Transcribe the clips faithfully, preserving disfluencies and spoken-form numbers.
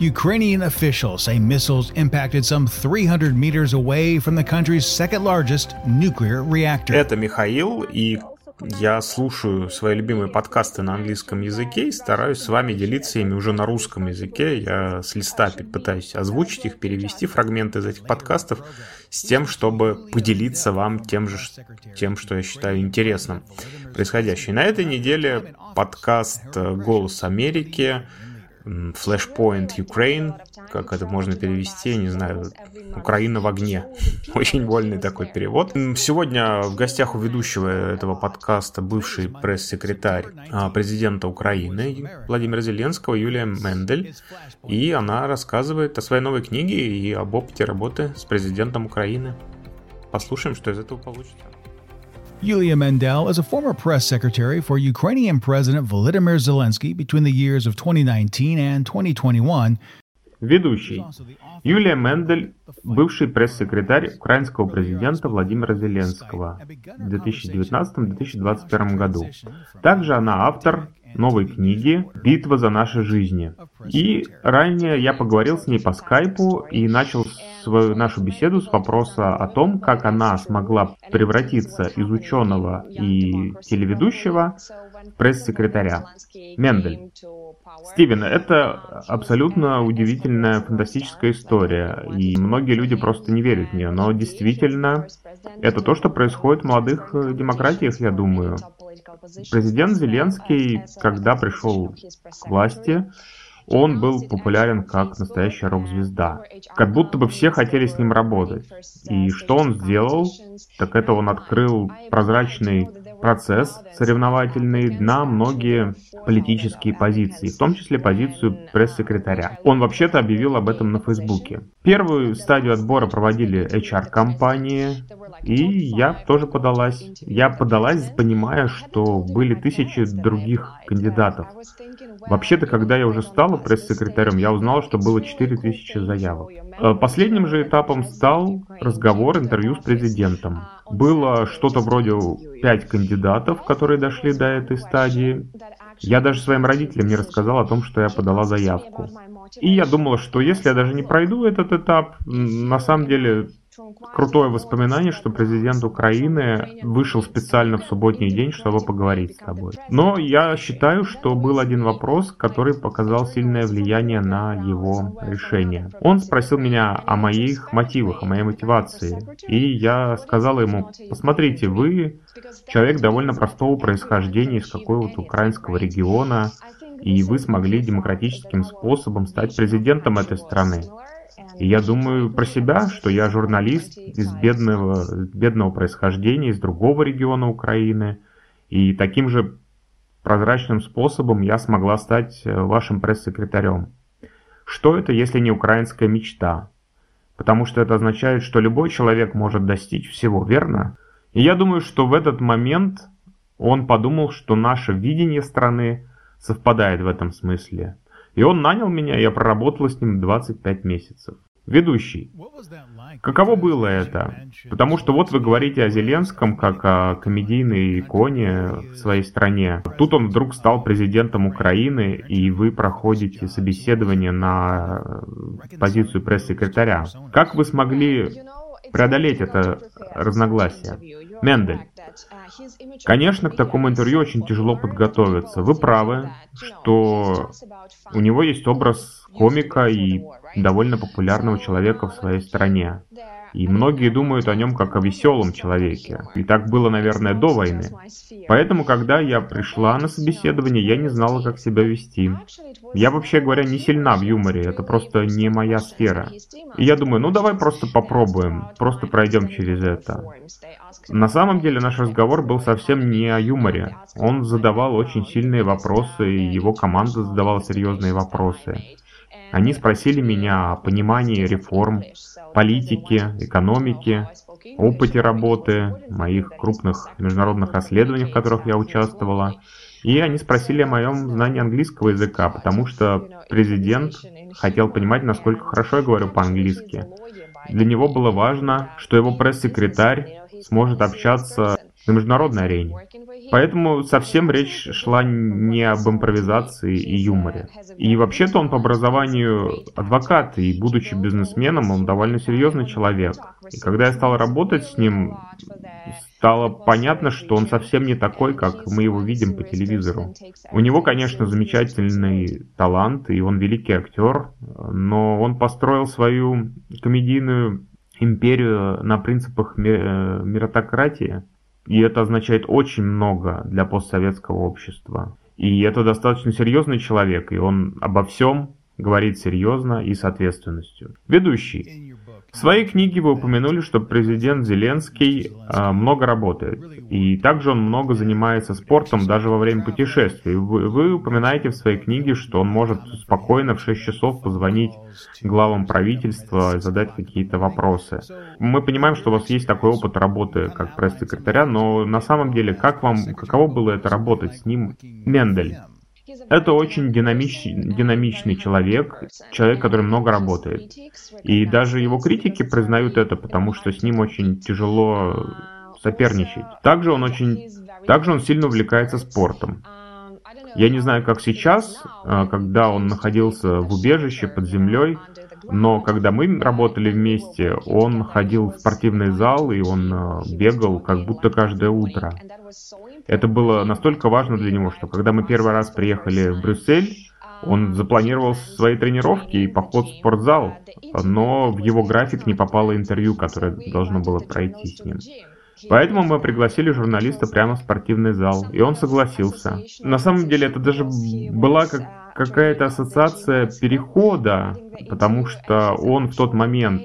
Ukrainian officials say missiles impacted some three hundred meters away from the country's second-largest nuclear reactor. Это Михаил, и я слушаю свои любимые подкасты на английском языке и стараюсь с вами делиться ими уже на русском языке. Я с листа пытаюсь озвучить их, перевести фрагменты из этих подкастов с тем, чтобы поделиться вам тем же, тем, что я считаю интересным происходящим. На этой неделе подкаст «Голос Америки», Flashpoint Ukraine, как это можно перевести, я не знаю, Украина в огне. Очень вольный такой перевод. Сегодня в гостях у ведущего этого подкаста бывший пресс-секретарь президента Украины Владимира Зеленского Юлия Мендель. И она рассказывает о своей новой книге и об опыте работы с президентом Украины. Послушаем, что из этого получится. Yulia Mendel is a former press secretary for Ukrainian President Volodymyr Zelensky between the years of twenty nineteen and twenty twenty-one. Ведущий. Юлия Мендель, бывший пресс-секретарь украинского президента Владимира Зеленского в две тысячи девятнадцатом - две тысячи двадцать первом году. Также она автор новой книги «Битва за наши жизни». И ранее я поговорил с ней по скайпу и начал свою нашу беседу с вопроса о том, как она смогла превратиться из ученого и телеведущего в пресс-секретаря. Мендель. Стивен, это абсолютно удивительная, фантастическая история, и многие люди просто не верят в нее, но действительно это то, что происходит в молодых демократиях, я думаю. Президент Зеленский, когда пришел к власти, он был популярен как настоящая рок-звезда. Как будто бы все хотели с ним работать. И что он сделал? Так это он открыл прозрачный процесс соревновательный на многие политические позиции, в том числе позицию пресс-секретаря. Он вообще-то объявил об этом на Фейсбуке. Первую стадию отбора проводили эйч ар-компании, и я тоже подалась. Я подалась, понимая, что были тысячи других кандидатов. Вообще-то, когда я уже стала пресс-секретарем, я узнала, что было четыре тысячи заявок. Последним же этапом стал разговор, интервью с президентом. Было что-то вроде пять кандидатов, которые дошли до этой стадии. Я даже своим родителям не рассказал о том, что я подала заявку. И я думала, что если я даже не пройду этот этап, на самом деле крутое воспоминание, что президент Украины вышел специально в субботний день, чтобы поговорить с тобой. Но я считаю, что был один вопрос, который показал сильное влияние на его решение. Он спросил меня о моих мотивах, о моей мотивации. И я сказала ему: посмотрите, вы человек довольно простого происхождения из какого-то украинского региона, и вы смогли демократическим способом стать президентом этой страны. И я думаю про себя, что я журналист из бедного, бедного происхождения, из другого региона Украины, и таким же прозрачным способом я смогла стать вашим пресс-секретарем. Что это, если не украинская мечта? Потому что это означает, что любой человек может достичь всего, верно? И я думаю, что в этот момент он подумал, что наше видение страны совпадает в этом смысле. И он нанял меня, и я проработала с ним двадцать пять месяцев. Ведущий. Каково было это? Потому что вот вы говорите о Зеленском как о комедийной иконе в своей стране. Тут он вдруг стал президентом Украины, и вы проходите собеседование на позицию пресс-секретаря. Как вы смогли преодолеть это разногласие? Мендель. Конечно, к такому интервью очень тяжело подготовиться. Вы правы, что у него есть образ комика и довольно популярного человека в своей стране. И многие думают о нем как о веселом человеке. И так было, наверное, до войны. Поэтому, когда я пришла на собеседование, я не знала, как себя вести. Я, вообще говоря, не сильна в юморе, это просто не моя сфера. И я думаю, ну давай просто попробуем, просто пройдем через это. На самом деле наш разговор был совсем не о юморе. Он задавал очень сильные вопросы, и его команда задавала серьезные вопросы. Они спросили меня о понимании реформ, политики, экономики, опыте работы, моих крупных международных расследованиях, в которых я участвовала. И они спросили о моем знании английского языка, потому что президент хотел понимать, насколько хорошо я говорю по-английски. Для него было важно, что его пресс-секретарь сможет общаться на международной арене. Поэтому совсем речь шла не об импровизации и юморе. И вообще-то он по образованию адвокат, и будучи бизнесменом, он довольно серьезный человек. И когда я стал работать с ним, стало понятно, что он совсем не такой, как мы его видим по телевизору. У него, конечно, замечательный талант, и он великий актер, но он построил свою комедийную империю на принципах меритократии, и это означает очень много для постсоветского общества. И это достаточно серьезный человек, и он обо всем говорит серьезно и с ответственностью. Ведущий. В своей книге вы упомянули, что президент Зеленский э, много работает, и также он много занимается спортом даже во время путешествий. Вы, вы упоминаете в своей книге, что он может спокойно в шесть часов позвонить главам правительства и задать какие-то вопросы. Мы понимаем, что у вас есть такой опыт работы как пресс-секретаря, но на самом деле, как вам, каково было это работать с ним? Мендель. Это очень динамич, динамичный человек, человек, который много работает. И даже его критики признают это, потому что с ним очень тяжело соперничать. Также он очень, также он сильно увлекается спортом. Я не знаю, как сейчас, когда он находился в убежище под землей, но когда мы работали вместе, он ходил в спортивный зал, и он бегал как будто каждое утро. Это было настолько важно для него, что когда мы первый раз приехали в Брюссель, он запланировал свои тренировки и поход в спортзал, но в его график не попало интервью, которое должно было пройти с ним. Поэтому мы пригласили журналиста прямо в спортивный зал, и он согласился. На самом деле это даже была как какая-то ассоциация перехода, потому что он в тот момент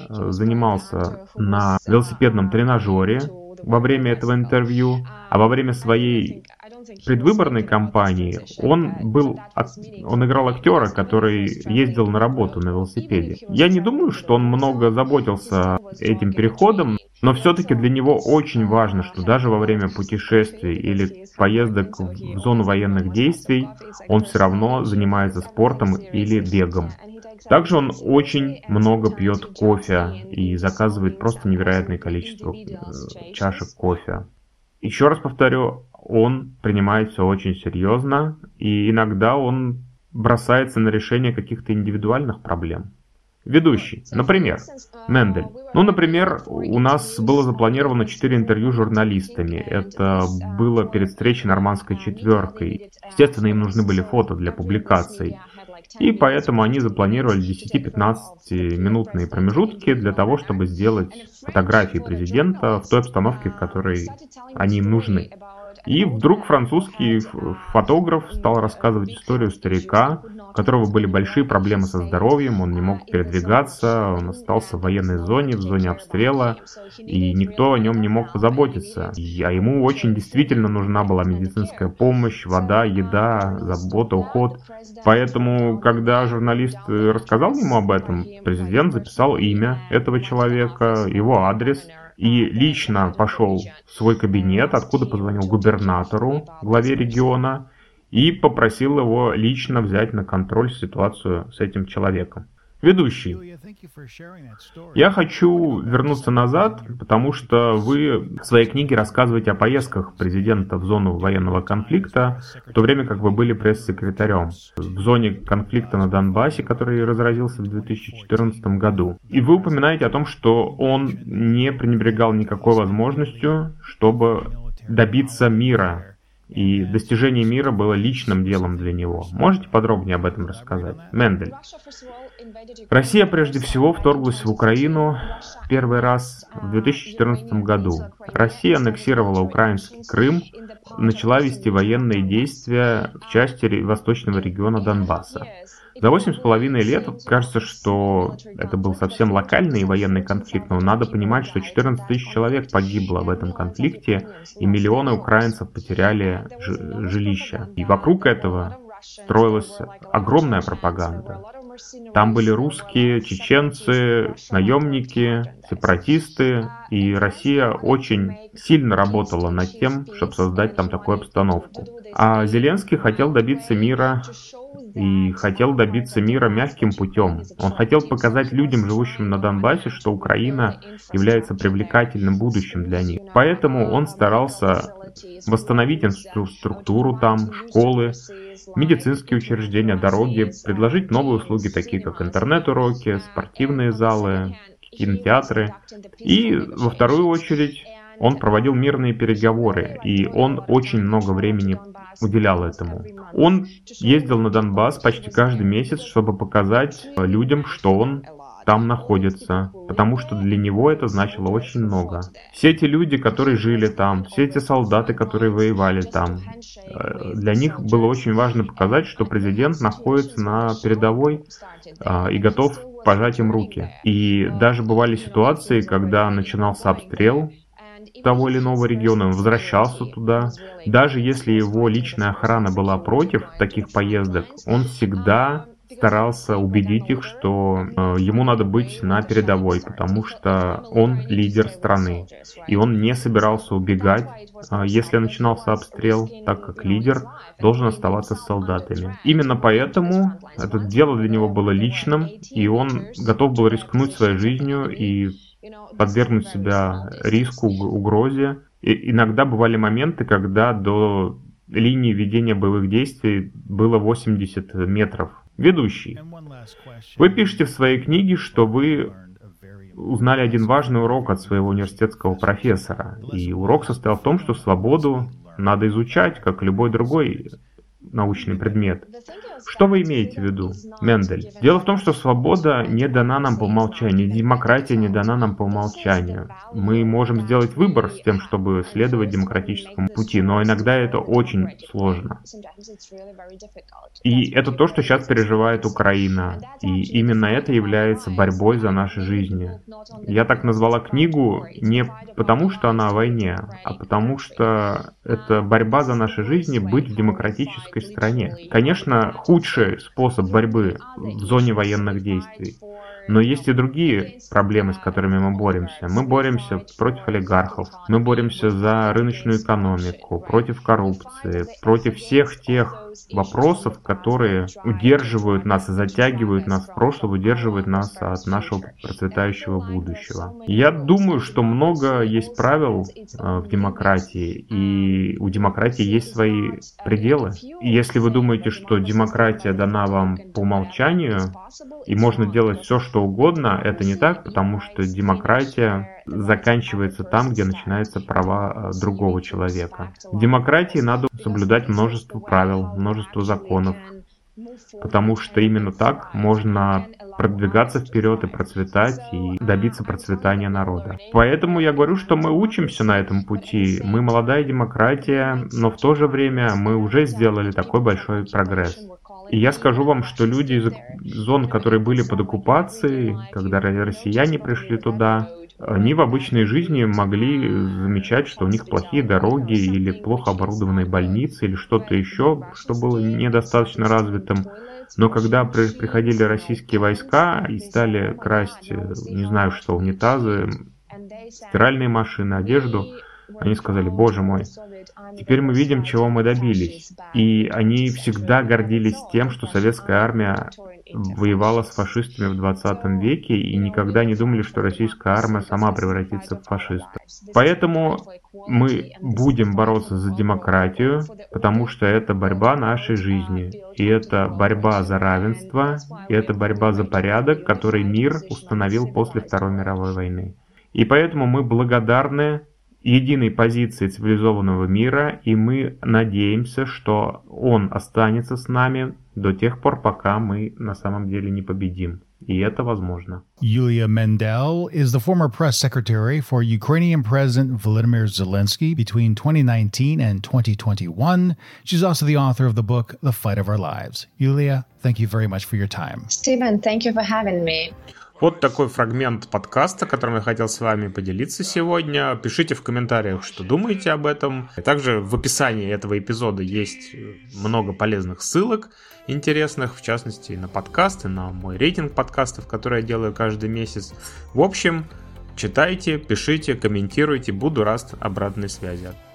занимался на велосипедном тренажере во время этого интервью, а во время своей предвыборной кампании он был, он играл актера, который ездил на работу на велосипеде. Я не думаю, что он много заботился этим переходом, но все-таки для него очень важно, что даже во время путешествий или поездок в зону военных действий он все равно занимается спортом или бегом. Также он очень много пьет кофе и заказывает просто невероятное количество чашек кофе. Еще раз повторю, он принимает все очень серьезно, и иногда он бросается на решение каких-то индивидуальных проблем. Ведущий. Например, Мендель. Ну, например, у нас было запланировано четыре интервью с журналистами. Это было перед встречей нормандской четверкой. Естественно, им нужны были фото для публикаций. И поэтому они запланировали десять-пятнадцатиминутные промежутки для того, чтобы сделать фотографии президента в той обстановке, в которой они им нужны. И вдруг французский фотограф стал рассказывать историю старика, у которого были большие проблемы со здоровьем, он не мог передвигаться, он остался в военной зоне, в зоне обстрела, и никто о нем не мог позаботиться. А ему очень действительно нужна была медицинская помощь, вода, еда, забота, уход. Поэтому, когда журналист рассказал ему об этом, президент записал имя этого человека, его адрес, и лично пошел в свой кабинет, откуда позвонил губернатору, главе региона, и попросил его лично взять на контроль ситуацию с этим человеком. Ведущий. Я хочу вернуться назад, потому что вы в своей книге рассказываете о поездках президента в зону военного конфликта, в то время как вы были пресс-секретарем в зоне конфликта на Донбассе, который разразился в две тысячи четырнадцатом году. И вы упоминаете о том, что он не пренебрегал никакой возможностью, чтобы добиться мира. И достижение мира было личным делом для него. Можете подробнее об этом рассказать? Мендель. Россия прежде всего вторглась в Украину первый раз в две тысячи четырнадцатом году. Россия аннексировала украинский Крым, начала вести военные действия в части восточного региона Донбасса. За восемь с половиной лет кажется, что это был совсем локальный военный конфликт, но надо понимать, что четырнадцать тысяч человек погибло в этом конфликте, и миллионы украинцев потеряли жилища. И вокруг этого строилась огромная пропаганда. Там были русские, чеченцы, наемники, сепаратисты, и Россия очень сильно работала над тем, чтобы создать там такую обстановку. А Зеленский хотел добиться мира и хотел добиться мира мягким путем. Он хотел показать людям, живущим на Донбассе, что Украина является привлекательным будущим для них. Поэтому он старался восстановить инфраструктуру там, школы, медицинские учреждения, дороги, предложить новые услуги, такие как интернет-уроки, спортивные залы, кинотеатры. И во вторую очередь он проводил мирные переговоры, и он очень много времени уделял этому. Он ездил на Донбасс почти каждый месяц, чтобы показать людям, что он там находится, потому что для него это значило очень много. Все эти люди, которые жили там, все эти солдаты, которые воевали там, для них было очень важно показать, что президент находится на передовой и готов пожать им руки. И даже бывали ситуации, когда начинался обстрел того или иного региона, он возвращался туда. Даже если его личная охрана была против таких поездок, он всегда старался убедить их, что э, ему надо быть на передовой, потому что он лидер страны. И он не собирался убегать, э, если начинался обстрел, так как лидер должен оставаться с солдатами. Именно поэтому это дело для него было личным, и он готов был рискнуть своей жизнью и подвергнуть себя риску, угрозе. И иногда бывали моменты, когда до линии ведения боевых действий было восемьдесят метров. Ведущий. Вы пишете в своей книге, что вы узнали один важный урок от своего университетского профессора. И урок состоял в том, что свободу надо изучать, как любой другой научный предмет. Что вы имеете в виду, Мендель? Дело в том, что свобода не дана нам по умолчанию, демократия не дана нам по умолчанию. Мы можем сделать выбор с тем, чтобы следовать демократическому пути, но иногда это очень сложно. И это то, что сейчас переживает Украина. И именно это является борьбой за наши жизни. Я так назвала книгу не потому, что она о войне, а потому что это борьба за наши жизни быть в демократической стране. Конечно, худший способ борьбы в зоне военных действий. Но есть и другие проблемы, с которыми мы боремся. Мы боремся против олигархов, мы боремся за рыночную экономику, против коррупции, против всех тех вопросов, которые удерживают нас и затягивают нас в прошлое, удерживают нас от нашего процветающего будущего. Я думаю, что много есть правил э, в демократии, и у демократии есть свои пределы. И если вы думаете, что демократия дана вам по умолчанию, и можно делать все, что угодно, это не так, потому что демократия заканчивается там, где начинаются права другого человека. В демократии надо соблюдать множество правил, множество законов, потому что именно так можно продвигаться вперед и процветать, и добиться процветания народа. Поэтому я говорю, что мы учимся на этом пути. Мы молодая демократия, но в то же время мы уже сделали такой большой прогресс. И я скажу вам, что люди из зон, которые были под оккупацией, когда россияне пришли туда, они в обычной жизни могли замечать, что у них плохие дороги или плохо оборудованные больницы или что-то еще, что было недостаточно развитым. Но когда при, приходили российские войска и стали красть, не знаю что, унитазы, стиральные машины, одежду, они сказали: «Боже мой, теперь мы видим, чего мы добились». И они всегда гордились тем, что советская армия воевала с фашистами в двадцатом веке и никогда не думали, что российская армия сама превратится в фашистов. Поэтому мы будем бороться за демократию, потому что это борьба нашей жизни. И это борьба за равенство, и это борьба за порядок, который мир установил после Второй мировой войны. И поэтому мы благодарны единой позиции цивилизованного мира, и мы надеемся, что он останется с нами до тех пор, пока мы на самом деле не победим. И это возможно. Yulia Mendel is the former press secretary for Ukrainian President Volodymyr Zelensky between twenty nineteen and twenty twenty-one. She's also the author of the book, The Fight of Our Lives. Yulia, thank you very much for your time. Stephen, thank you for having me. Вот такой фрагмент подкаста, которым я хотел с вами поделиться сегодня. Пишите в комментариях, что думаете об этом. Также в описании этого эпизода есть много полезных ссылок интересных, в частности, на подкасты, на мой рейтинг подкастов, который я делаю каждый месяц. В общем, читайте, пишите, комментируйте. Буду рад обратной связи.